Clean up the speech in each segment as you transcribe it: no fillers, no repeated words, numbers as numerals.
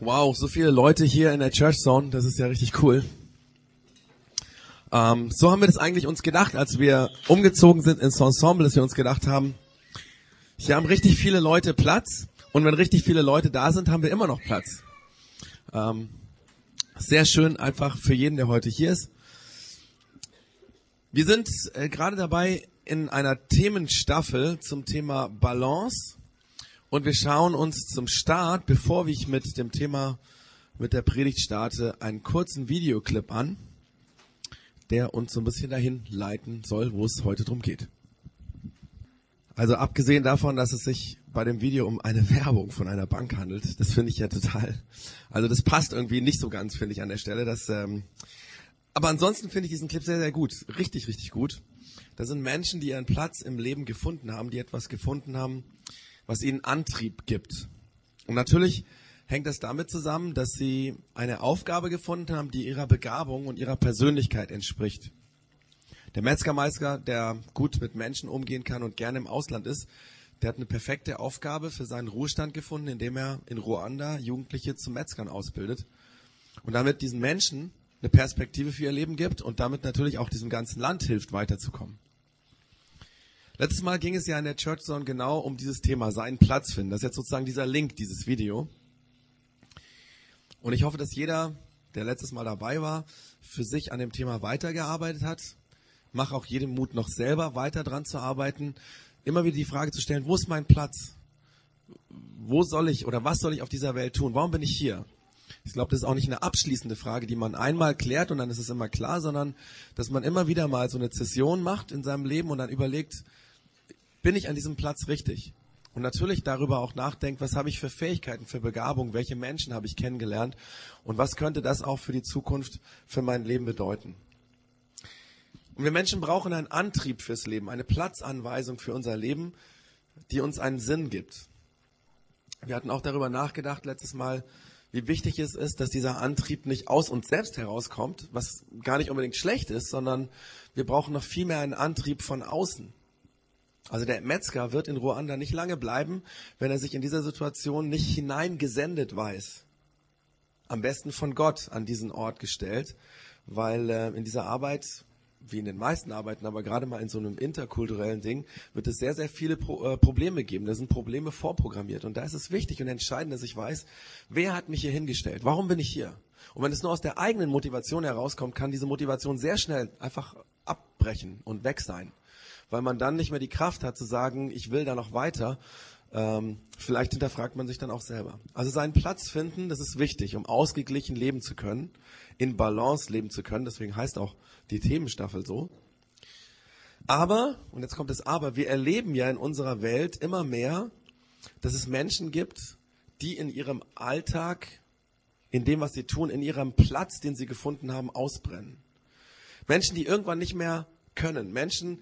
Wow, so viele Leute hier in der Church Zone, das ist ja richtig cool. So haben wir das eigentlich uns gedacht, als wir umgezogen sind ins Ensemble, dass wir uns gedacht haben, hier haben richtig viele Leute Platz und wenn richtig viele Leute da sind, haben wir immer noch Platz. Sehr schön einfach für jeden, der heute hier ist. Wir sind gerade dabei in einer Themenstaffel zum Thema Balance und wir schauen uns zum Start, bevor ich mit dem Thema, mit der Predigt starte, einen kurzen Videoclip an, der uns so ein bisschen dahin leiten soll, wo es heute drum geht. Also abgesehen davon, dass es sich bei dem Video um eine Werbung von einer Bank handelt, das finde ich ja total, also das passt irgendwie nicht so ganz, finde ich an der Stelle. Aber ansonsten finde ich diesen Clip sehr, sehr gut, richtig, richtig gut. Da sind Menschen, die ihren Platz im Leben gefunden haben, die etwas gefunden haben, was ihnen Antrieb gibt. Und natürlich hängt das damit zusammen, dass sie eine Aufgabe gefunden haben, die ihrer Begabung und ihrer Persönlichkeit entspricht. Der Metzgermeister, der gut mit Menschen umgehen kann und gerne im Ausland ist, der hat eine perfekte Aufgabe für seinen Ruhestand gefunden, indem er in Ruanda Jugendliche zu Metzgern ausbildet und damit diesen Menschen eine Perspektive für ihr Leben gibt und damit natürlich auch diesem ganzen Land hilft, weiterzukommen. Letztes Mal ging es ja in der Church Zone genau um dieses Thema, seinen Platz finden. Das ist jetzt sozusagen dieser Link, dieses Video. Und ich hoffe, dass jeder, der letztes Mal dabei war, für sich an dem Thema weitergearbeitet hat. Mach auch jedem Mut, noch selber weiter dran zu arbeiten. Immer wieder die Frage zu stellen, wo ist mein Platz? Wo soll ich oder was soll ich auf dieser Welt tun? Warum bin ich hier? Ich glaube, das ist auch nicht eine abschließende Frage, die man einmal klärt und dann ist es immer klar, sondern dass man immer wieder mal so eine Zässion macht in seinem Leben und dann überlegt, bin ich an diesem Platz richtig? Und natürlich darüber auch nachdenkt, was habe ich für Fähigkeiten, für Begabung, welche Menschen habe ich kennengelernt und was könnte das auch für die Zukunft, für mein Leben bedeuten? Und wir Menschen brauchen einen Antrieb fürs Leben, eine Platzanweisung für unser Leben, die uns einen Sinn gibt. Wir hatten auch darüber nachgedacht letztes Mal, wie wichtig es ist, dass dieser Antrieb nicht aus uns selbst herauskommt, was gar nicht unbedingt schlecht ist, sondern wir brauchen noch viel mehr einen Antrieb von außen. Also der Metzger wird in Ruanda nicht lange bleiben, wenn er sich in dieser Situation nicht hineingesendet weiß. Am besten von Gott an diesen Ort gestellt, weil in dieser Arbeit, wie in den meisten Arbeiten, aber gerade mal in so einem interkulturellen Ding, wird es sehr, sehr viele Probleme geben. Da sind Probleme vorprogrammiert. Und da ist es wichtig und entscheidend, dass ich weiß, wer hat mich hier hingestellt? Warum bin ich hier? Und wenn es nur aus der eigenen Motivation herauskommt, kann diese Motivation sehr schnell einfach abbrechen und weg sein. Weil man dann nicht mehr die Kraft hat zu sagen, ich will da noch weiter. Vielleicht hinterfragt man sich dann auch selber. Also seinen Platz finden, das ist wichtig, um ausgeglichen leben zu können, in Balance leben zu können. Deswegen heißt auch die Themenstaffel so. Aber, und jetzt kommt das Aber, wir erleben ja in unserer Welt immer mehr, dass es Menschen gibt, die in ihrem Alltag, in dem, was sie tun, in ihrem Platz, den sie gefunden haben, ausbrennen. Menschen, die irgendwann nicht mehr können. Menschen,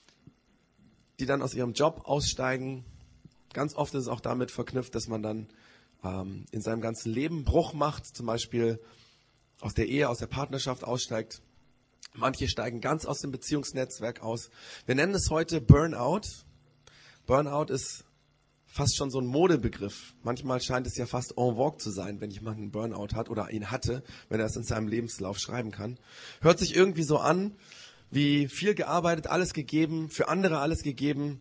die dann aus ihrem Job aussteigen. Ganz oft ist es auch damit verknüpft, dass man dann in seinem ganzen Leben Bruch macht, zum Beispiel aus der Ehe, aus der Partnerschaft aussteigt. Manche steigen ganz aus dem Beziehungsnetzwerk aus. Wir nennen es heute Burnout. Burnout ist fast schon so ein Modebegriff. Manchmal scheint es ja fast en vogue zu sein, wenn jemand einen Burnout hat oder ihn hatte, wenn er es in seinem Lebenslauf schreiben kann. Hört sich irgendwie so an, wie viel gearbeitet, alles gegeben, für andere alles gegeben,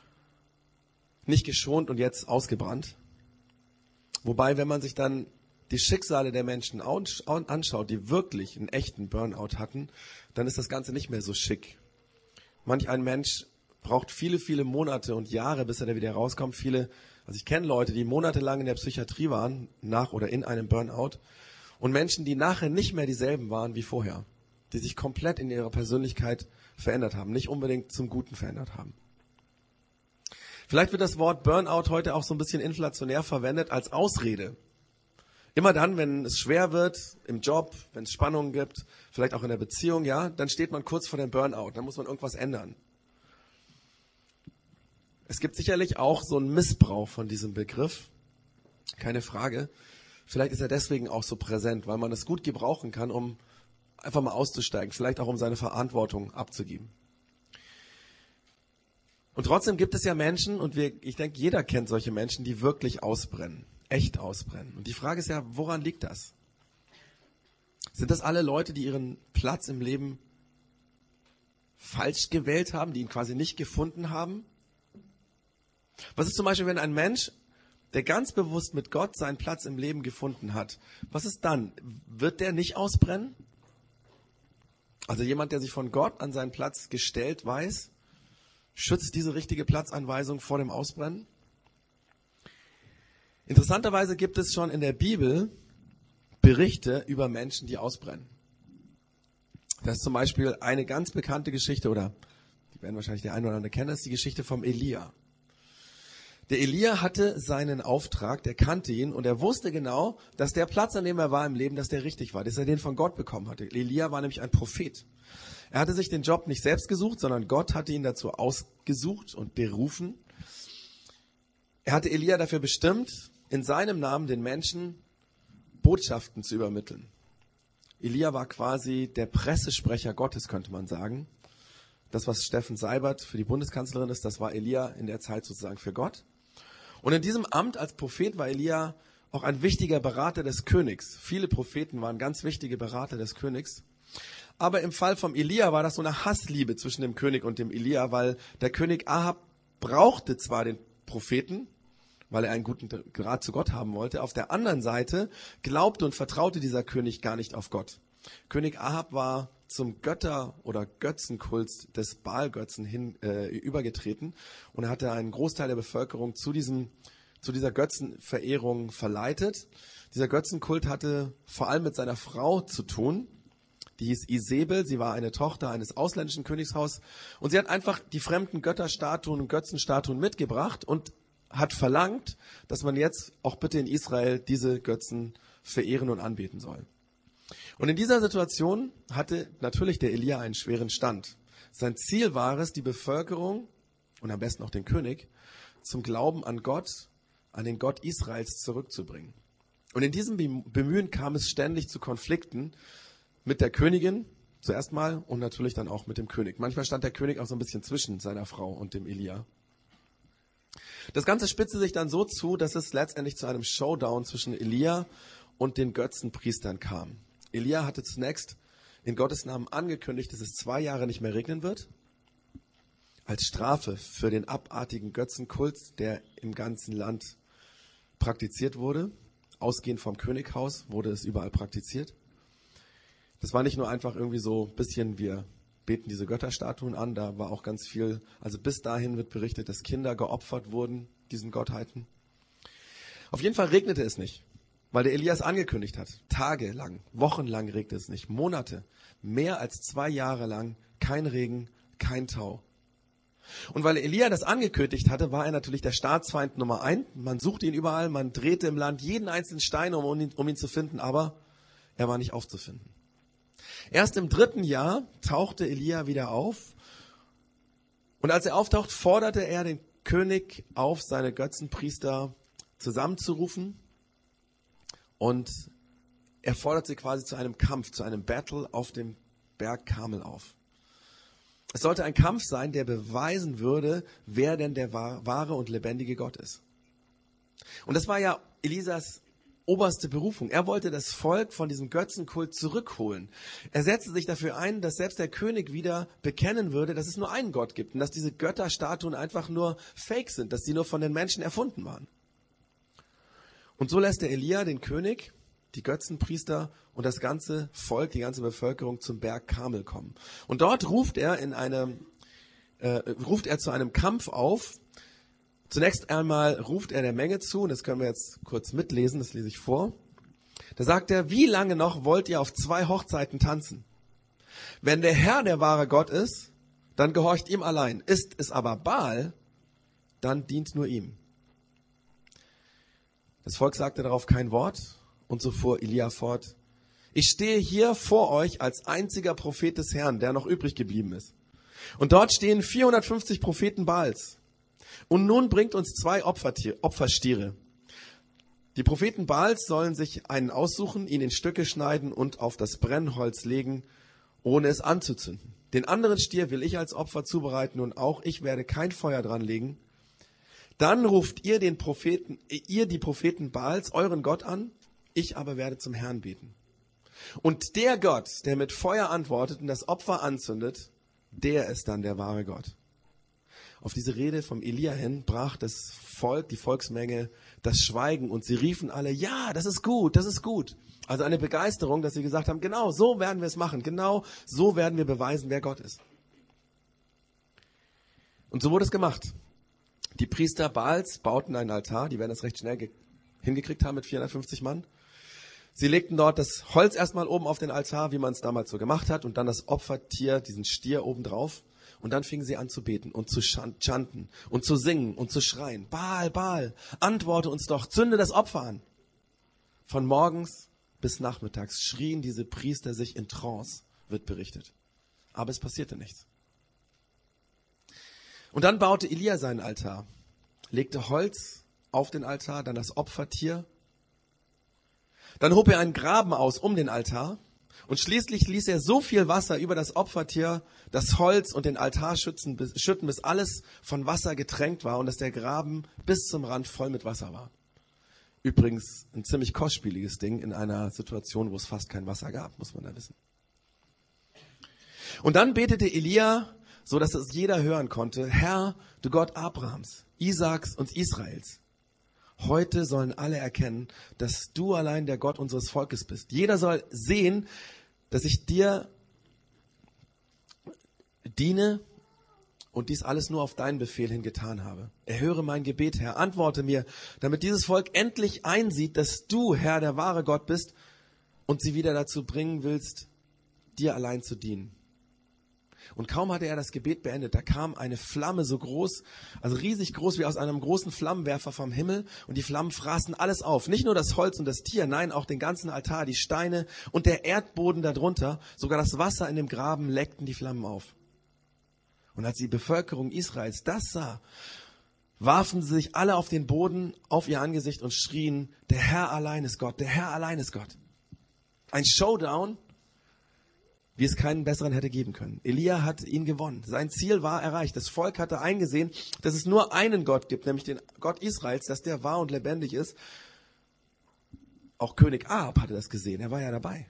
nicht geschont und jetzt ausgebrannt. Wobei, wenn man sich dann die Schicksale der Menschen anschaut, die wirklich einen echten Burnout hatten, dann ist das Ganze nicht mehr so schick. Manch ein Mensch braucht viele, viele Monate und Jahre, bis er da wieder rauskommt. Also ich kenne Leute, die monatelang in der Psychiatrie waren, nach oder in einem Burnout, und Menschen, die nachher nicht mehr dieselben waren wie vorher, die sich komplett in ihrer Persönlichkeit verändert haben, nicht unbedingt zum Guten verändert haben. Vielleicht wird das Wort Burnout heute auch so ein bisschen inflationär verwendet als Ausrede. Immer dann, wenn es schwer wird im Job, wenn es Spannungen gibt, vielleicht auch in der Beziehung, ja, dann steht man kurz vor dem Burnout, dann muss man irgendwas ändern. Es gibt sicherlich auch so einen Missbrauch von diesem Begriff, keine Frage. Vielleicht ist er deswegen auch so präsent, weil man es gut gebrauchen kann, um einfach mal auszusteigen, vielleicht auch um seine Verantwortung abzugeben. Und trotzdem gibt es ja Menschen, und ich denke, jeder kennt solche Menschen, die wirklich ausbrennen. echt ausbrennen. Und die Frage ist ja, woran liegt das? Sind das alle Leute, die ihren Platz im Leben falsch gewählt haben, die ihn quasi nicht gefunden haben? Was ist zum Beispiel, wenn ein Mensch, der ganz bewusst mit Gott seinen Platz im Leben gefunden hat, was ist dann? Wird der nicht ausbrennen? Also jemand, der sich von Gott an seinen Platz gestellt weiß, schützt diese richtige Platzanweisung vor dem Ausbrennen? Interessanterweise gibt es schon in der Bibel Berichte über Menschen, die ausbrennen. Das ist zum Beispiel eine ganz bekannte Geschichte, oder die werden wahrscheinlich der eine oder andere kennen, das ist die Geschichte vom Elia. Der Elia hatte seinen Auftrag, der kannte ihn und er wusste genau, dass der Platz, an dem er war im Leben, dass der richtig war, dass er den von Gott bekommen hatte. Elia war nämlich ein Prophet. Er hatte sich den Job nicht selbst gesucht, sondern Gott hatte ihn dazu ausgesucht und berufen. Er hatte Elia dafür bestimmt, in seinem Namen den Menschen Botschaften zu übermitteln. Elia war quasi der Pressesprecher Gottes, könnte man sagen. Das, was Steffen Seibert für die Bundeskanzlerin ist, das war Elia in der Zeit sozusagen für Gott. Und in diesem Amt als Prophet war Elia auch ein wichtiger Berater des Königs. Viele Propheten waren ganz wichtige Berater des Königs. Aber im Fall von Elia war das so eine Hassliebe zwischen dem König und dem Elia, weil der König Ahab brauchte zwar den Propheten, weil er einen guten Draht zu Gott haben wollte. Auf der anderen Seite glaubte und vertraute dieser König gar nicht auf Gott. König Ahab war zum Götter- oder Götzenkult des Baal-Götzen übergetreten und er hatte einen Großteil der Bevölkerung zu dieser Götzenverehrung verleitet. Dieser Götzenkult hatte vor allem mit seiner Frau zu tun. Die hieß Isebel, sie war eine Tochter eines ausländischen Königshaus und sie hat einfach die fremden Götterstatuen und Götzenstatuen mitgebracht und hat verlangt, dass man jetzt auch bitte in Israel diese Götzen verehren und anbeten soll. Und in dieser Situation hatte natürlich der Elia einen schweren Stand. Sein Ziel war es, die Bevölkerung und am besten auch den König zum Glauben an Gott, an den Gott Israels zurückzubringen. Und in diesem Bemühen kam es ständig zu Konflikten mit der Königin zuerst mal und natürlich dann auch mit dem König. Manchmal stand der König auch so ein bisschen zwischen seiner Frau und dem Elia. Das Ganze spitzte sich dann so zu, dass es letztendlich zu einem Showdown zwischen Elia und den Götzenpriestern kam. Elia hatte zunächst in Gottes Namen angekündigt, dass es 2 Jahre nicht mehr regnen wird, als Strafe für den abartigen Götzenkult, der im ganzen Land praktiziert wurde. Ausgehend vom Könighaus wurde es überall praktiziert. Das war nicht nur einfach irgendwie so ein bisschen, wir beten diese Götterstatuen an, da war auch ganz viel, also bis dahin wird berichtet, dass Kinder geopfert wurden, diesen Gottheiten. Auf jeden Fall regnete es nicht, weil der Elias angekündigt hat. Tagelang, wochenlang regnete es nicht, Monate, mehr als 2 Jahre lang, kein Regen, kein Tau. Und weil Elia das angekündigt hatte, war er natürlich der Staatsfeind Nummer 1. Man suchte ihn überall, man drehte im Land jeden einzelnen Stein, um ihn zu finden, aber er war nicht aufzufinden. Erst im 3. Jahr tauchte Elia wieder auf und als er auftaucht, forderte er den König auf, seine Götzenpriester zusammenzurufen und er fordert sie quasi zu einem Kampf, zu einem Battle auf dem Berg Karmel auf. Es sollte ein Kampf sein, der beweisen würde, wer denn der wahre und lebendige Gott ist. Und das war ja Elisas oberste Berufung. Er wollte das Volk von diesem Götzenkult zurückholen. Er setzte sich dafür ein, dass selbst der König wieder bekennen würde, dass es nur einen Gott gibt und dass diese Götterstatuen einfach nur Fake sind, dass sie nur von den Menschen erfunden waren. Und so lässt der Elia den König, die Götzenpriester und das ganze Volk, die ganze Bevölkerung zum Berg Karmel kommen. Und dort ruft er zu einem Kampf auf. Zunächst einmal ruft er der Menge zu, und das können wir jetzt kurz mitlesen, das lese ich vor. Da sagt er, wie lange noch wollt ihr auf 2 Hochzeiten tanzen? Wenn der Herr der wahre Gott ist, dann gehorcht ihm allein. Ist es aber Baal, dann dient nur ihm. Das Volk sagte darauf kein Wort, und so fuhr Elia fort. Ich stehe hier vor euch als einziger Prophet des Herrn, der noch übrig geblieben ist. Und dort stehen 450 Propheten Baals. Und nun bringt uns 2 Opferstiere. Die Propheten Baals sollen sich einen aussuchen, ihn in Stücke schneiden und auf das Brennholz legen, ohne es anzuzünden. Den anderen Stier will ich als Opfer zubereiten und auch ich werde kein Feuer dran legen. Dann ruft ihr die Propheten Baals, euren Gott an, ich aber werde zum Herrn beten. Und der Gott, der mit Feuer antwortet und das Opfer anzündet, der ist dann der wahre Gott. Auf diese Rede vom Elia hin brach das Volk, die Volksmenge, das Schweigen und sie riefen alle, ja, das ist gut, das ist gut. Also eine Begeisterung, dass sie gesagt haben, genau so werden wir es machen, genau so werden wir beweisen, wer Gott ist. Und so wurde es gemacht. Die Priester Baals bauten einen Altar, die werden das recht schnell hingekriegt haben mit 450 Mann. Sie legten dort das Holz erstmal oben auf den Altar, wie man es damals so gemacht hat, und dann das Opfertier, diesen Stier oben drauf. Und dann fingen sie an zu beten und zu chanten und zu singen und zu schreien. Baal, Baal, antworte uns doch, zünde das Opfer an. Von morgens bis nachmittags schrien diese Priester sich in Trance, wird berichtet. Aber es passierte nichts. Und dann baute Elia seinen Altar, legte Holz auf den Altar, dann das Opfertier. Dann hob er einen Graben aus um den Altar und schließlich ließ er so viel Wasser über das Opfertier, das Holz und den Altar schütten, bis alles von Wasser getränkt war und dass der Graben bis zum Rand voll mit Wasser war. Übrigens ein ziemlich kostspieliges Ding in einer Situation, wo es fast kein Wasser gab, muss man da wissen. Und dann betete Elia, so dass es jeder hören konnte, Herr, du Gott Abrahams, Isaaks und Israels. Heute sollen alle erkennen, dass du allein der Gott unseres Volkes bist. Jeder soll sehen, dass ich dir diene und dies alles nur auf deinen Befehl hin getan habe. Erhöre mein Gebet, Herr, antworte mir, damit dieses Volk endlich einsieht, dass du, Herr, der wahre Gott bist und sie wieder dazu bringen willst, dir allein zu dienen. Und kaum hatte er das Gebet beendet, da kam eine Flamme so groß, also riesig groß wie aus einem großen Flammenwerfer vom Himmel, und die Flammen fraßen alles auf. Nicht nur das Holz und das Tier, nein, auch den ganzen Altar, die Steine und der Erdboden darunter, sogar das Wasser in dem Graben leckten die Flammen auf. Und als die Bevölkerung Israels das sah, warfen sie sich alle auf den Boden, auf ihr Angesicht und schrien, der Herr allein ist Gott, der Herr allein ist Gott. Ein Showdown, wie es keinen besseren hätte geben können. Elia hat ihn gewonnen. Sein Ziel war erreicht. Das Volk hatte eingesehen, dass es nur einen Gott gibt, nämlich den Gott Israels, dass der wahr und lebendig ist. Auch König Ahab hatte das gesehen. Er war ja dabei.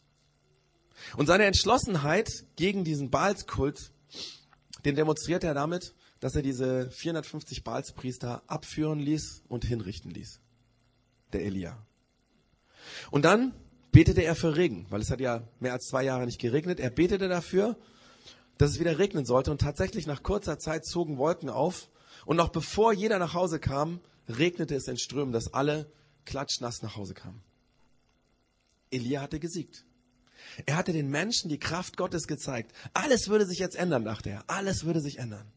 Und seine Entschlossenheit gegen diesen Baalskult, den demonstrierte er damit, dass er diese 450 Baalspriester abführen ließ und hinrichten ließ. Der Elia. Und dann betete er für Regen, weil es hat ja mehr als 2 Jahre nicht geregnet. Er betete dafür, dass es wieder regnen sollte. Und tatsächlich nach kurzer Zeit zogen Wolken auf. Und noch bevor jeder nach Hause kam, regnete es in Strömen, dass alle klatschnass nach Hause kamen. Elia hatte gesiegt. Er hatte den Menschen die Kraft Gottes gezeigt. Alles würde sich jetzt ändern, dachte er. Alles würde sich ändern.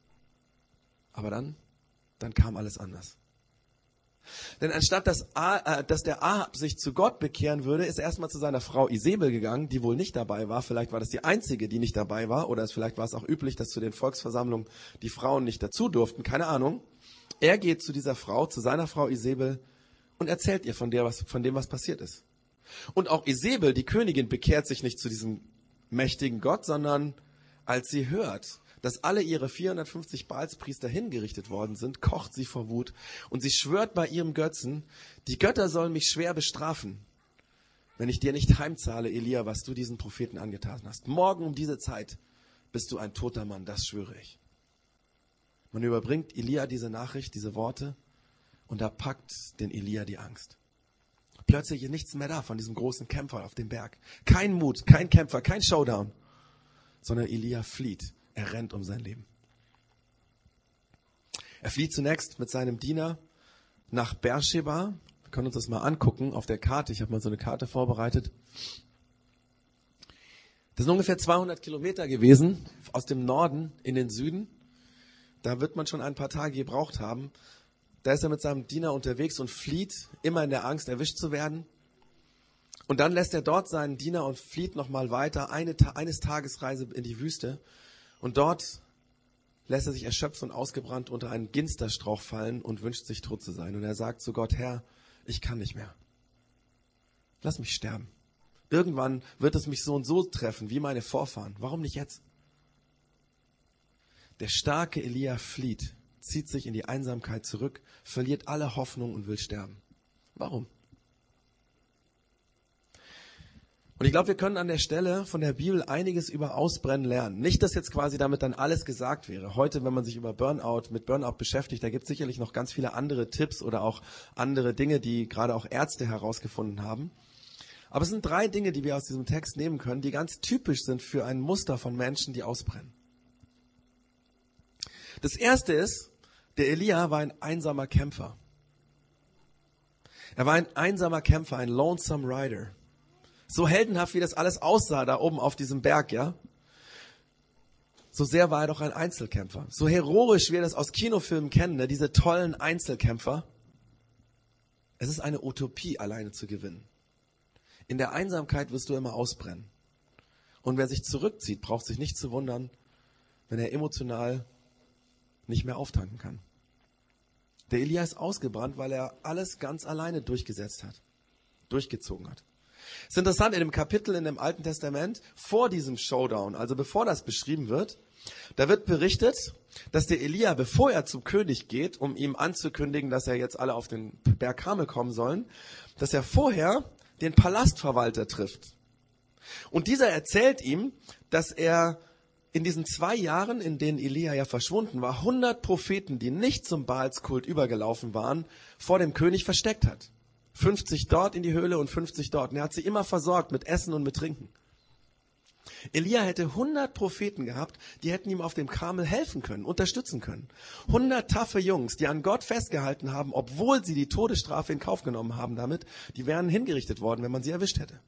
Aber dann kam alles anders. Denn anstatt dass der Ahab sich zu Gott bekehren würde, ist er erstmal zu seiner Frau Isebel gegangen, die wohl nicht dabei war. Vielleicht war das die einzige, die nicht dabei war. Oder vielleicht war es auch üblich, dass zu den Volksversammlungen die Frauen nicht dazu durften. Keine Ahnung. Er geht zu dieser Frau, zu seiner Frau Isebel, und erzählt ihr von dem, was passiert ist. Und auch Isebel, die Königin, bekehrt sich nicht zu diesem mächtigen Gott, sondern als sie hört, dass alle ihre 450 Baalspriester hingerichtet worden sind, kocht sie vor Wut und sie schwört bei ihrem Götzen, die Götter sollen mich schwer bestrafen, wenn ich dir nicht heimzahle, Elia, was du diesen Propheten angetan hast. Morgen um diese Zeit bist du ein toter Mann, das schwöre ich. Man überbringt Elia diese Nachricht, diese Worte, und da packt den Elia die Angst. Plötzlich ist nichts mehr da von diesem großen Kämpfer auf dem Berg. Kein Mut, kein Kämpfer, kein Showdown, sondern Elia flieht. Er rennt um sein Leben. Er flieht zunächst mit seinem Diener nach Beersheba. Wir können uns das mal angucken auf der Karte. Ich habe mal so eine Karte vorbereitet. Das sind ungefähr 200 Kilometer gewesen, aus dem Norden in den Süden. Da wird man schon ein paar Tage gebraucht haben. Da ist er mit seinem Diener unterwegs und flieht, immer in der Angst, erwischt zu werden. Und dann lässt er dort seinen Diener und flieht nochmal weiter, eines Tagesreise in die Wüste. Und dort lässt er sich erschöpft und ausgebrannt unter einen Ginsterstrauch fallen und wünscht sich tot zu sein. Und er sagt zu Gott, Herr, ich kann nicht mehr. Lass mich sterben. Irgendwann wird es mich so und so treffen, wie meine Vorfahren. Warum nicht jetzt? Der starke Elia flieht zieht sich in die Einsamkeit zurück, verliert alle Hoffnung und will sterben. Warum? Und ich glaube, wir können an der Stelle von der Bibel einiges über Ausbrennen lernen. Nicht, dass jetzt quasi damit dann alles gesagt wäre. Heute, wenn man sich mit Burnout beschäftigt, da gibt es sicherlich noch ganz viele andere Tipps oder auch andere Dinge, die gerade auch Ärzte herausgefunden haben. Aber es sind 3 Dinge, die wir aus diesem Text nehmen können, die ganz typisch sind für ein Muster von Menschen, die ausbrennen. Das erste ist, der Elia war ein einsamer Kämpfer. Er war ein einsamer Kämpfer, ein lonesome rider. So heldenhaft, wie das alles aussah da oben auf diesem Berg, ja? So sehr war er doch ein Einzelkämpfer. So heroisch, wie wir das aus Kinofilmen kennen, ne? Diese tollen Einzelkämpfer. Es ist eine Utopie, alleine zu gewinnen. In der Einsamkeit wirst du immer ausbrennen. Und wer sich zurückzieht, braucht sich nicht zu wundern, wenn er emotional nicht mehr auftanken kann. Der Elia ist ausgebrannt, weil er alles ganz alleine durchgezogen hat. Es ist interessant, in dem Kapitel in dem Alten Testament, vor diesem Showdown, also bevor das beschrieben wird, da wird berichtet, dass der Elia, bevor er zum König geht, um ihm anzukündigen, dass er jetzt alle auf den Berg Karmel kommen sollen, dass er vorher den Palastverwalter trifft. Und dieser erzählt ihm, dass er in diesen 2 Jahren, in denen Elia ja verschwunden war, 100 Propheten, die nicht zum Baalskult übergelaufen waren, vor dem König versteckt hat. 50 dort in die Höhle und 50 dort. Und er hat sie immer versorgt mit Essen und mit Trinken. Elia hätte 100 Propheten gehabt, die hätten ihm auf dem Karmel helfen können, unterstützen können. 100 taffe Jungs, die an Gott festgehalten haben, obwohl sie die Todesstrafe in Kauf genommen haben damit, die wären hingerichtet worden, wenn man sie erwischt hätte.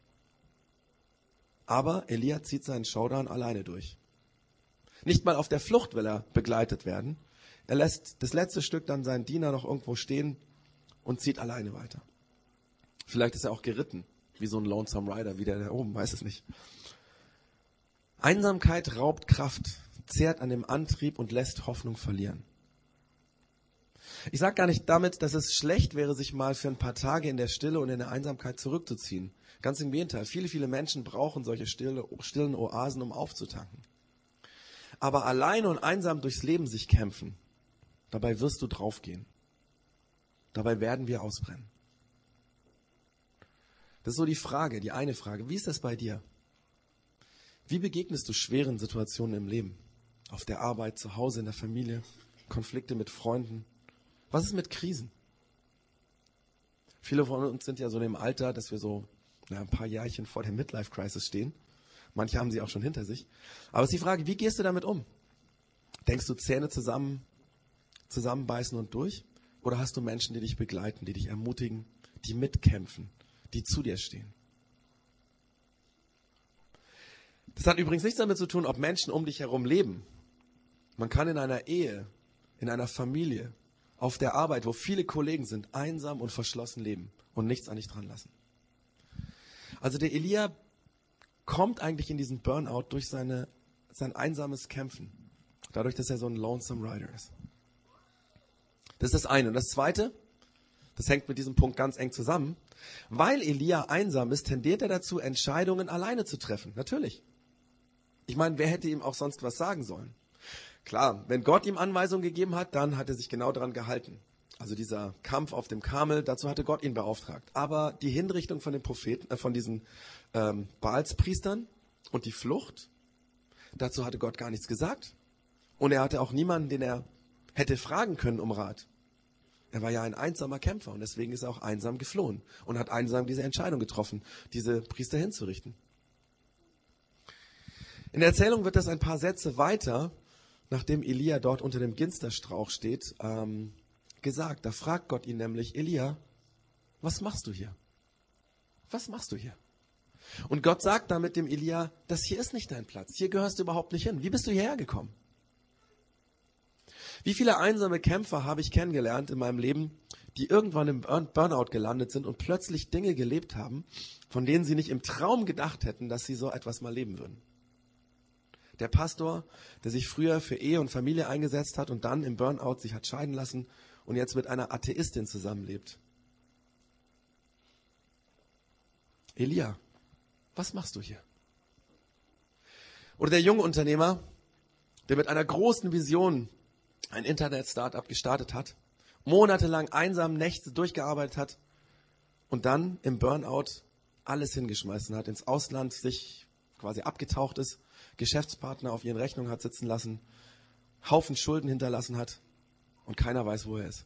Aber Elia zieht seinen Showdown alleine durch. Nicht mal auf der Flucht will er begleitet werden. Er lässt das letzte Stück dann seinen Diener noch irgendwo stehen und zieht alleine weiter. Vielleicht ist er auch geritten, wie so ein Lonesome Rider, wie der da oben, weiß es nicht. Einsamkeit raubt Kraft, zehrt an dem Antrieb und lässt Hoffnung verlieren. Ich sage gar nicht damit, dass es schlecht wäre, sich mal für ein paar Tage in der Stille und in der Einsamkeit zurückzuziehen. Ganz im Gegenteil, viele Menschen brauchen solche stillen Oasen, um aufzutanken. Aber allein und einsam durchs Leben sich kämpfen, dabei wirst du draufgehen. Dabei werden wir ausbrennen. Das ist so die eine Frage. Wie ist das bei dir? Wie begegnest du schweren Situationen im Leben? Auf der Arbeit, zu Hause, in der Familie, Konflikte mit Freunden? Was ist mit Krisen? Viele von uns sind ja so in dem Alter, dass wir so ein paar Jährchen vor der Midlife-Crisis stehen. Manche haben sie auch schon hinter sich. Aber es ist die Frage, wie gehst du damit um? Denkst du Zähne zusammenbeißen und durch? Oder hast du Menschen, die dich begleiten, die dich ermutigen, die mitkämpfen, die zu dir stehen? Das hat übrigens nichts damit zu tun, ob Menschen um dich herum leben. Man kann in einer Ehe, in einer Familie, auf der Arbeit, wo viele Kollegen sind, einsam und verschlossen leben und nichts an dich dran lassen. Also der Elia kommt eigentlich in diesen Burnout durch sein einsames Kämpfen. Dadurch, dass er so ein Lonesome Rider ist. Das ist das eine. Und das zweite, das hängt mit diesem Punkt ganz eng zusammen. Weil Elia einsam ist, tendiert er dazu, Entscheidungen alleine zu treffen. Natürlich. Ich meine, wer hätte ihm auch sonst was sagen sollen? Klar, wenn Gott ihm Anweisungen gegeben hat, dann hat er sich genau daran gehalten. Also dieser Kampf auf dem Karmel, dazu hatte Gott ihn beauftragt. Aber die Hinrichtung von den Propheten, von diesen Baalspriestern und die Flucht, dazu hatte Gott gar nichts gesagt. Und er hatte auch niemanden, den er hätte fragen können um Rat. Er war ja ein einsamer Kämpfer und deswegen ist er auch einsam geflohen und hat einsam diese Entscheidung getroffen, diese Priester hinzurichten. In der Erzählung wird das ein paar Sätze weiter, nachdem Elia dort unter dem Ginsterstrauch steht, gesagt. Da fragt Gott ihn nämlich, Elia, was machst du hier? Was machst du hier? Und Gott sagt damit dem Elia, das hier ist nicht dein Platz, hier gehörst du überhaupt nicht hin. Wie bist du hierher gekommen? Wie viele einsame Kämpfer habe ich kennengelernt in meinem Leben, die irgendwann im Burnout gelandet sind und plötzlich Dinge gelebt haben, von denen sie nicht im Traum gedacht hätten, dass sie so etwas mal leben würden. Der Pastor, der sich früher für Ehe und Familie eingesetzt hat und dann im Burnout sich hat scheiden lassen und jetzt mit einer Atheistin zusammenlebt. Elia, was machst du hier? Oder der junge Unternehmer, der mit einer großen Vision ein Internet-Startup gestartet hat, monatelang einsam Nächte durchgearbeitet hat und dann im Burnout alles hingeschmeißen hat, ins Ausland sich quasi abgetaucht ist, Geschäftspartner auf ihren Rechnungen hat sitzen lassen, Haufen Schulden hinterlassen hat und keiner weiß, wo er ist.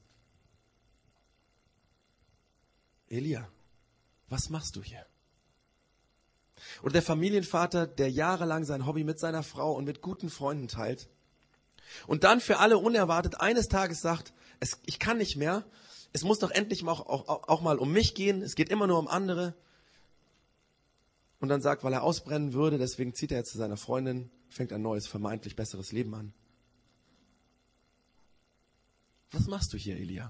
Elia, was machst du hier? Oder der Familienvater, der jahrelang sein Hobby mit seiner Frau und mit guten Freunden teilt und dann für alle unerwartet eines Tages sagt, ich kann nicht mehr, es muss doch endlich mal auch mal um mich gehen, es geht immer nur um andere. Und dann sagt, weil er ausbrennen würde, deswegen zieht er jetzt zu seiner Freundin, fängt ein neues, vermeintlich besseres Leben an. Was machst du hier, Elia?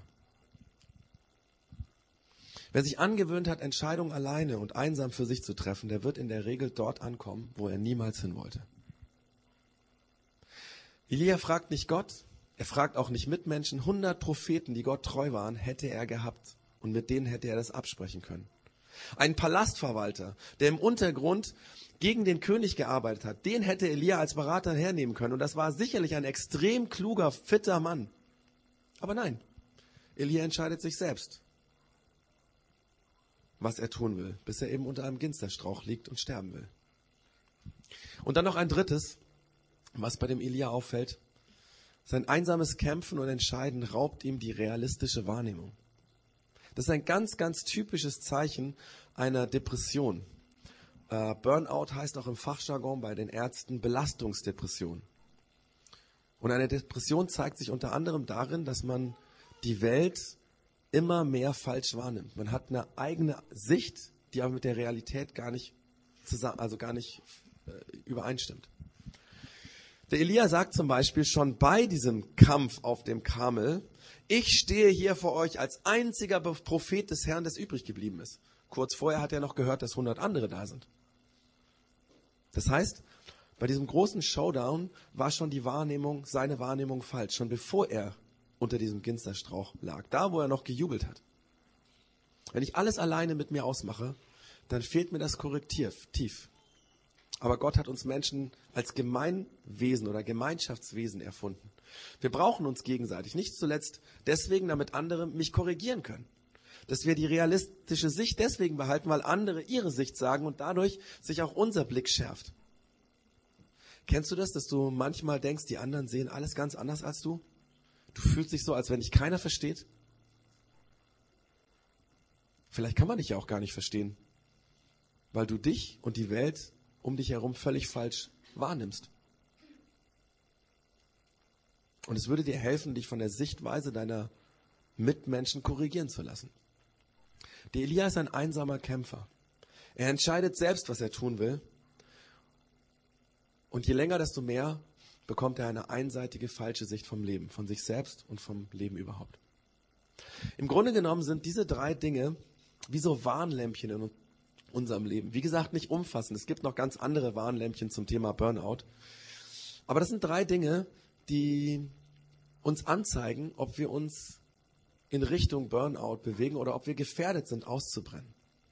Wer sich angewöhnt hat, Entscheidungen alleine und einsam für sich zu treffen, der wird in der Regel dort ankommen, wo er niemals hin wollte. Elia fragt nicht Gott, er fragt auch nicht Mitmenschen. 100 Propheten, die Gott treu waren, hätte er gehabt und mit denen hätte er das absprechen können. Ein Palastverwalter, der im Untergrund gegen den König gearbeitet hat, den hätte Elia als Berater hernehmen können. Und das war sicherlich ein extrem kluger, fitter Mann. Aber nein, Elia entscheidet sich selbst, was er tun will, bis er eben unter einem Ginsterstrauch liegt und sterben will. Und dann noch ein drittes, was bei dem Elia auffällt. Sein einsames Kämpfen und Entscheiden raubt ihm die realistische Wahrnehmung. Das ist ein ganz, ganz typisches Zeichen einer Depression. Burnout heißt auch im Fachjargon bei den Ärzten Belastungsdepression. Und eine Depression zeigt sich unter anderem darin, dass man die Welt immer mehr falsch wahrnimmt. Man hat eine eigene Sicht, die aber mit der Realität gar nicht übereinstimmt. Der Elia sagt zum Beispiel schon bei diesem Kampf auf dem Karmel, ich stehe hier vor euch als einziger Prophet des Herrn, der übrig geblieben ist. Kurz vorher hat er noch gehört, dass 100 andere da sind. Das heißt, bei diesem großen Showdown war schon seine Wahrnehmung falsch, schon bevor er unter diesem Ginsterstrauch lag, da wo er noch gejubelt hat. Wenn ich alles alleine mit mir ausmache, dann fehlt mir das Korrektiv. Aber Gott hat uns Menschen als Gemeinwesen oder Gemeinschaftswesen erfunden. Wir brauchen uns gegenseitig, nicht zuletzt deswegen, damit andere mich korrigieren können. Dass wir die realistische Sicht deswegen behalten, weil andere ihre Sicht sagen und dadurch sich auch unser Blick schärft. Kennst du das, dass du manchmal denkst, die anderen sehen alles ganz anders als du? Du fühlst dich so, als wenn dich keiner versteht. Vielleicht kann man dich ja auch gar nicht verstehen, weil du dich und die Welt um dich herum völlig falsch wahrnimmst. Und es würde dir helfen, dich von der Sichtweise deiner Mitmenschen korrigieren zu lassen. Der Elia ist ein einsamer Kämpfer. Er entscheidet selbst, was er tun will. Und je länger, desto mehr bekommt er eine einseitige, falsche Sicht vom Leben, von sich selbst und vom Leben überhaupt. Im Grunde genommen sind diese 3 Dinge wie so Warnlämpchen in unserem Leben. Wie gesagt, nicht umfassend. Es gibt noch ganz andere Warnlämpchen zum Thema Burnout. Aber das sind 3 Dinge, die uns anzeigen, ob wir uns in Richtung Burnout bewegen oder ob wir gefährdet sind, auszubrennen.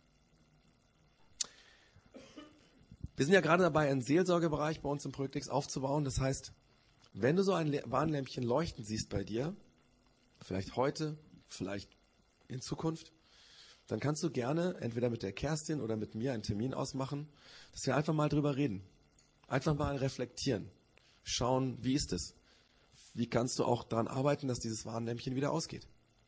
Wir sind ja gerade dabei, einen Seelsorgebereich bei uns im Projekt X aufzubauen. Das heißt, wenn du so ein Warnlämpchen leuchten siehst bei dir, vielleicht heute, vielleicht in Zukunft, dann kannst du gerne entweder mit der Kerstin oder mit mir einen Termin ausmachen, dass wir einfach mal drüber reden. Einfach mal reflektieren. Schauen, wie ist es? Wie kannst du auch daran arbeiten, dass dieses Warnlämpchen wieder ausgeht?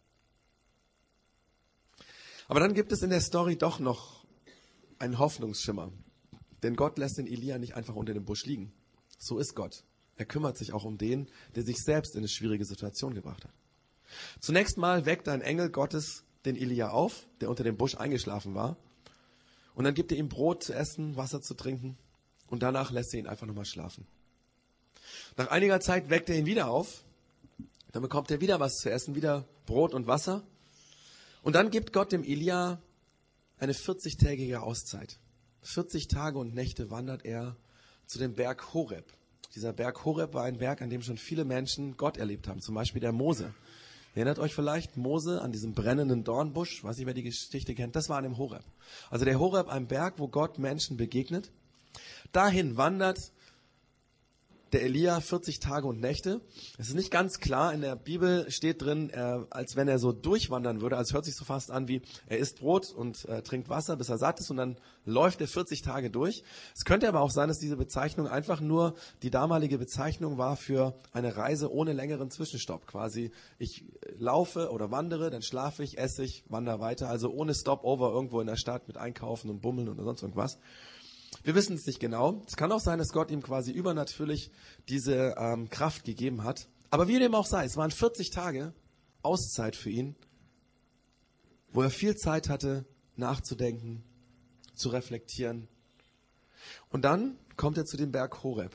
Aber dann gibt es in der Story doch noch einen Hoffnungsschimmer. Denn Gott lässt den Elia nicht einfach unter dem Busch liegen. So ist Gott. Er kümmert sich auch um den, der sich selbst in eine schwierige Situation gebracht hat. Zunächst mal weckt ein Engel Gottes den Elia auf, der unter dem Busch eingeschlafen war. Und dann gibt er ihm Brot zu essen, Wasser zu trinken. Und danach lässt er ihn einfach nochmal schlafen. Nach einiger Zeit weckt er ihn wieder auf. Dann bekommt er wieder was zu essen, wieder Brot und Wasser. Und dann gibt Gott dem Elia eine 40-tägige Auszeit. 40 Tage und Nächte wandert er zu dem Berg Horeb. Dieser Berg Horeb war ein Berg, an dem schon viele Menschen Gott erlebt haben. Zum Beispiel der Mose. Erinnert euch vielleicht, Mose an diesem brennenden Dornbusch, weiß nicht, wer die Geschichte kennt, das war an dem Horeb. Also der Horeb, ein Berg, wo Gott Menschen begegnet. Dahin wandert der Elia 40 Tage und Nächte. Es ist nicht ganz klar, in der Bibel steht drin, als wenn er so durchwandern würde. Also es hört sich so fast an wie, er isst Brot und trinkt Wasser, bis er satt ist und dann läuft er 40 Tage durch. Es könnte aber auch sein, dass diese Bezeichnung einfach nur die damalige Bezeichnung war für eine Reise ohne längeren Zwischenstopp. Quasi, ich laufe oder wandere, dann schlafe ich, esse ich, wandere weiter. Also ohne Stopover irgendwo in der Stadt mit Einkaufen und Bummeln oder sonst irgendwas. Wir wissen es nicht genau. Es kann auch sein, dass Gott ihm quasi übernatürlich diese Kraft gegeben hat. Aber wie dem auch sei, es waren 40 Tage Auszeit für ihn, wo er viel Zeit hatte, nachzudenken, zu reflektieren. Und dann kommt er zu dem Berg Horeb.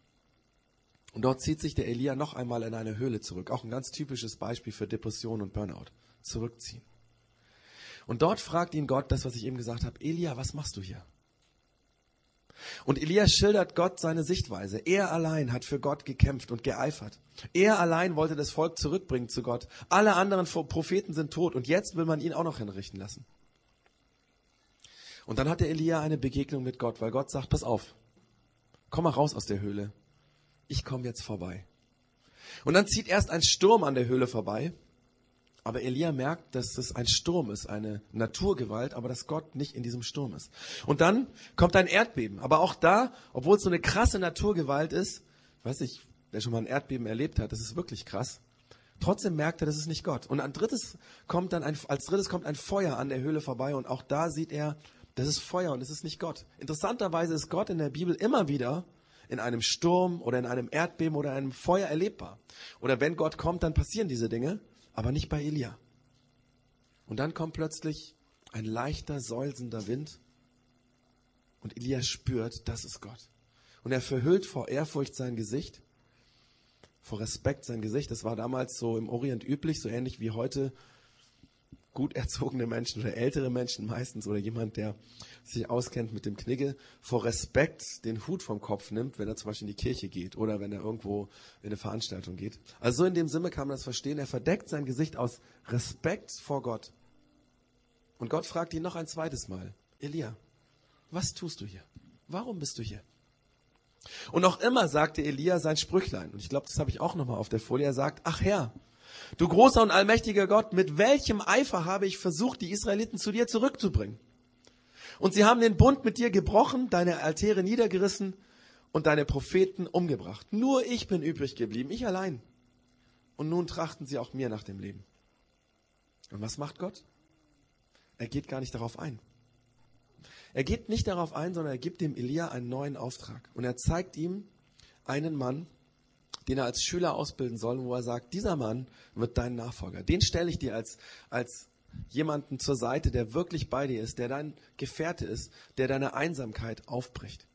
Und dort zieht sich der Elia noch einmal in eine Höhle zurück. Auch ein ganz typisches Beispiel für Depression und Burnout. Zurückziehen. Und dort fragt ihn Gott, das, was ich eben gesagt habe, Elia, was machst du hier? Und Elia schildert Gott seine Sichtweise. Er allein hat für Gott gekämpft und geeifert. Er allein wollte das Volk zurückbringen zu Gott. Alle anderen Propheten sind tot und jetzt will man ihn auch noch hinrichten lassen. Und dann hat der Elia eine Begegnung mit Gott, weil Gott sagt, pass auf, komm mal raus aus der Höhle. Ich komme jetzt vorbei. Und dann zieht erst ein Sturm an der Höhle vorbei. Aber Elia merkt, dass es ein Sturm ist, eine Naturgewalt, aber dass Gott nicht in diesem Sturm ist. Und dann kommt ein Erdbeben. Aber auch da, obwohl es so eine krasse Naturgewalt ist, weiß ich, wer schon mal ein Erdbeben erlebt hat, das ist wirklich krass. Trotzdem merkt er, das ist nicht Gott. Und als drittes kommt ein Feuer an der Höhle vorbei und auch da sieht er, das ist Feuer und das ist nicht Gott. Interessanterweise ist Gott in der Bibel immer wieder in einem Sturm oder in einem Erdbeben oder einem Feuer erlebbar. Oder wenn Gott kommt, dann passieren diese Dinge. Aber nicht bei Elia. Und dann kommt plötzlich ein leichter, säuselnder Wind und Elia spürt, das ist Gott. Und er verhüllt vor Ehrfurcht sein Gesicht, vor Respekt sein Gesicht. Das war damals so im Orient üblich, so ähnlich wie heute gut erzogene Menschen oder ältere Menschen meistens oder jemand, der sich auskennt mit dem Knigge, vor Respekt den Hut vom Kopf nimmt, wenn er zum Beispiel in die Kirche geht oder wenn er irgendwo in eine Veranstaltung geht. Also so in dem Sinne kann man das verstehen. Er verdeckt sein Gesicht aus Respekt vor Gott. Und Gott fragt ihn noch ein zweites Mal, Elia, was tust du hier? Warum bist du hier? Und noch immer sagte Elia sein Sprüchlein. Und ich glaube, das habe ich auch nochmal auf der Folie. Er sagt, ach Herr, du großer und allmächtiger Gott, mit welchem Eifer habe ich versucht, die Israeliten zu dir zurückzubringen? Und sie haben den Bund mit dir gebrochen, deine Altäre niedergerissen und deine Propheten umgebracht. Nur ich bin übrig geblieben, ich allein. Und nun trachten sie auch mir nach dem Leben. Und was macht Gott? Er geht gar nicht darauf ein. Er geht nicht darauf ein, sondern er gibt dem Elia einen neuen Auftrag. Und er zeigt ihm einen Mann, den er als Schüler ausbilden soll, wo er sagt, dieser Mann wird dein Nachfolger. Den stelle ich dir als jemanden zur Seite, der wirklich bei dir ist, der dein Gefährte ist, der deine Einsamkeit aufbricht.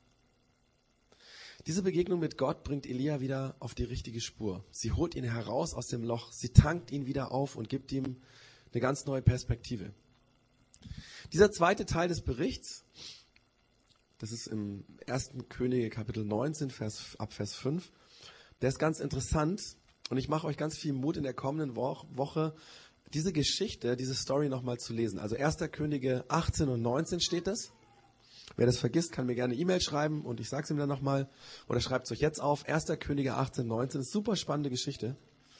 Diese Begegnung mit Gott bringt Elia wieder auf die richtige Spur. Sie holt ihn heraus aus dem Loch, sie tankt ihn wieder auf und gibt ihm eine ganz neue Perspektive. Dieser zweite Teil des Berichts, das ist im 1. Könige Kapitel 19, ab Vers 5, der ist ganz interessant und ich mache euch ganz viel Mut in der kommenden Woche, diese Geschichte, diese Story nochmal zu lesen. Also 1. Könige 18 und 19 steht das. Wer das vergisst, kann mir gerne eine E-Mail schreiben und ich sage es ihm dann nochmal oder schreibt es euch jetzt auf. 1. Könige 18, 19, das ist super spannende Geschichte.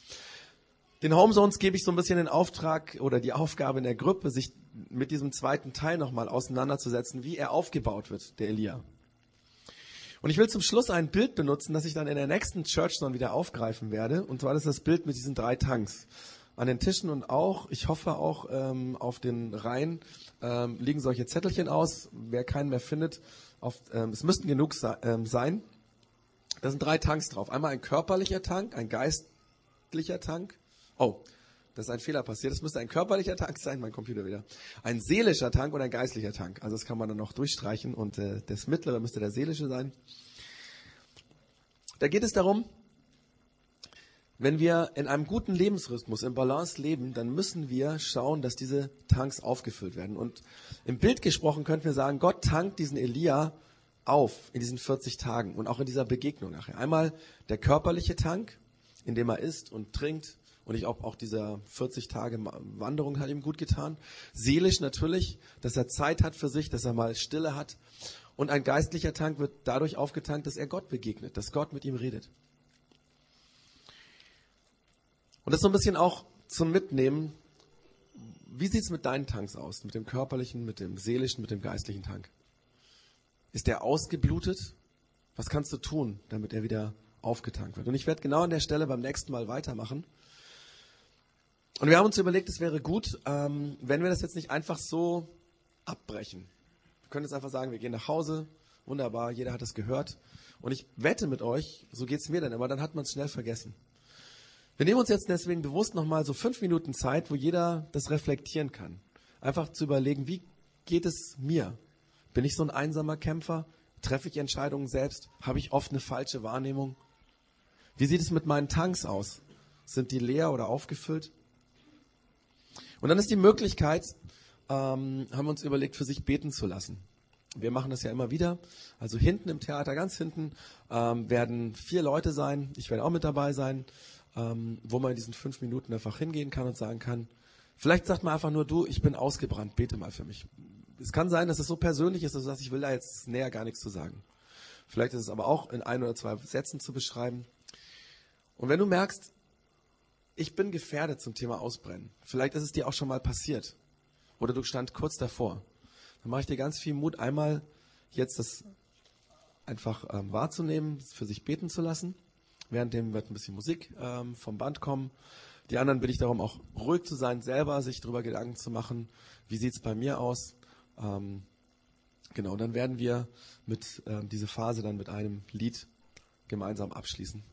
Den Homezones gebe ich so ein bisschen den Auftrag oder die Aufgabe in der Gruppe, sich mit diesem zweiten Teil nochmal auseinanderzusetzen, wie er aufgebaut wird, der Elia. Und ich will zum Schluss ein Bild benutzen, das ich dann in der nächsten Church Zone wieder aufgreifen werde. Und zwar ist das Bild mit diesen 3 Tanks. An den Tischen und auch, ich hoffe auch auf den Reihen liegen solche Zettelchen aus. Wer keinen mehr findet, es müssten genug sein. Da sind 3 Tanks drauf. Einmal ein körperlicher Tank, ein geistlicher Tank. Oh, da ist ein Fehler passiert. Es müsste ein körperlicher Tank sein, mein Computer wieder. Ein seelischer Tank und ein geistlicher Tank. Also das kann man dann noch durchstreichen und das mittlere müsste der seelische sein. Da geht es darum, wenn wir in einem guten Lebensrhythmus, im Balance leben, dann müssen wir schauen, dass diese Tanks aufgefüllt werden. Und im Bild gesprochen könnten wir sagen, Gott tankt diesen Elia auf in diesen 40 Tagen und auch in dieser Begegnung nachher. Einmal der körperliche Tank, in dem er isst und trinkt. Und ich glaube, auch dieser 40 Tage Wanderung hat ihm gut getan. Seelisch natürlich, dass er Zeit hat für sich, dass er mal Stille hat. Und ein geistlicher Tank wird dadurch aufgetankt, dass er Gott begegnet, dass Gott mit ihm redet. Und das ist so ein bisschen auch zum Mitnehmen. Wie sieht es mit deinen Tanks aus? Mit dem körperlichen, mit dem seelischen, mit dem geistlichen Tank? Ist der ausgeblutet? Was kannst du tun, damit er wieder aufgetankt wird? Und ich werde genau an der Stelle beim nächsten Mal weitermachen. Und wir haben uns überlegt, es wäre gut, wenn wir das jetzt nicht einfach so abbrechen. Wir können jetzt einfach sagen, wir gehen nach Hause, wunderbar, jeder hat es gehört. Und ich wette mit euch, so geht es mir dann immer, dann hat man es schnell vergessen. Wir nehmen uns jetzt deswegen bewusst nochmal so 5 Minuten Zeit, wo jeder das reflektieren kann. Einfach zu überlegen, wie geht es mir? Bin ich so ein einsamer Kämpfer? Treffe ich Entscheidungen selbst? Habe ich oft eine falsche Wahrnehmung? Wie sieht es mit meinen Tanks aus? Sind die leer oder aufgefüllt? Und dann ist die Möglichkeit, haben wir uns überlegt, für sich beten zu lassen. Wir machen das ja immer wieder. Also hinten im Theater, ganz hinten, werden 4 Leute sein. Ich werde auch mit dabei sein, wo man in diesen 5 Minuten einfach hingehen kann und sagen kann, vielleicht sagt man einfach nur, du, ich bin ausgebrannt, bete mal für mich. Es kann sein, dass es so persönlich ist, dass du sagst, ich will da jetzt näher gar nichts zu sagen. Vielleicht ist es aber auch in 1 oder 2 Sätzen zu beschreiben. Und wenn du merkst, ich bin gefährdet zum Thema Ausbrennen, vielleicht ist es dir auch schon mal passiert oder du standst kurz davor, dann mache ich dir ganz viel Mut, einmal jetzt das einfach wahrzunehmen, für sich beten zu lassen. Währenddem wird ein bisschen Musik vom Band kommen. Die anderen bitte ich darum, auch ruhig zu sein, selber sich darüber Gedanken zu machen, wie sieht es bei mir aus. Genau, dann werden wir mit diese Phase dann mit einem Lied gemeinsam abschließen.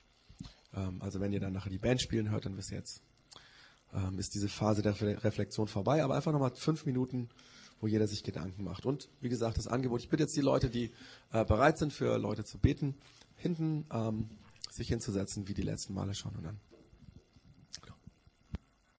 Also wenn ihr dann nachher die Band spielen hört, dann wisst ihr jetzt, ist diese Phase der Reflexion vorbei. Aber einfach nochmal 5 Minuten, wo jeder sich Gedanken macht. Und wie gesagt, das Angebot, ich bitte jetzt die Leute, die bereit sind, für Leute zu beten, hinten sich hinzusetzen, wie die letzten Male schon. Und dann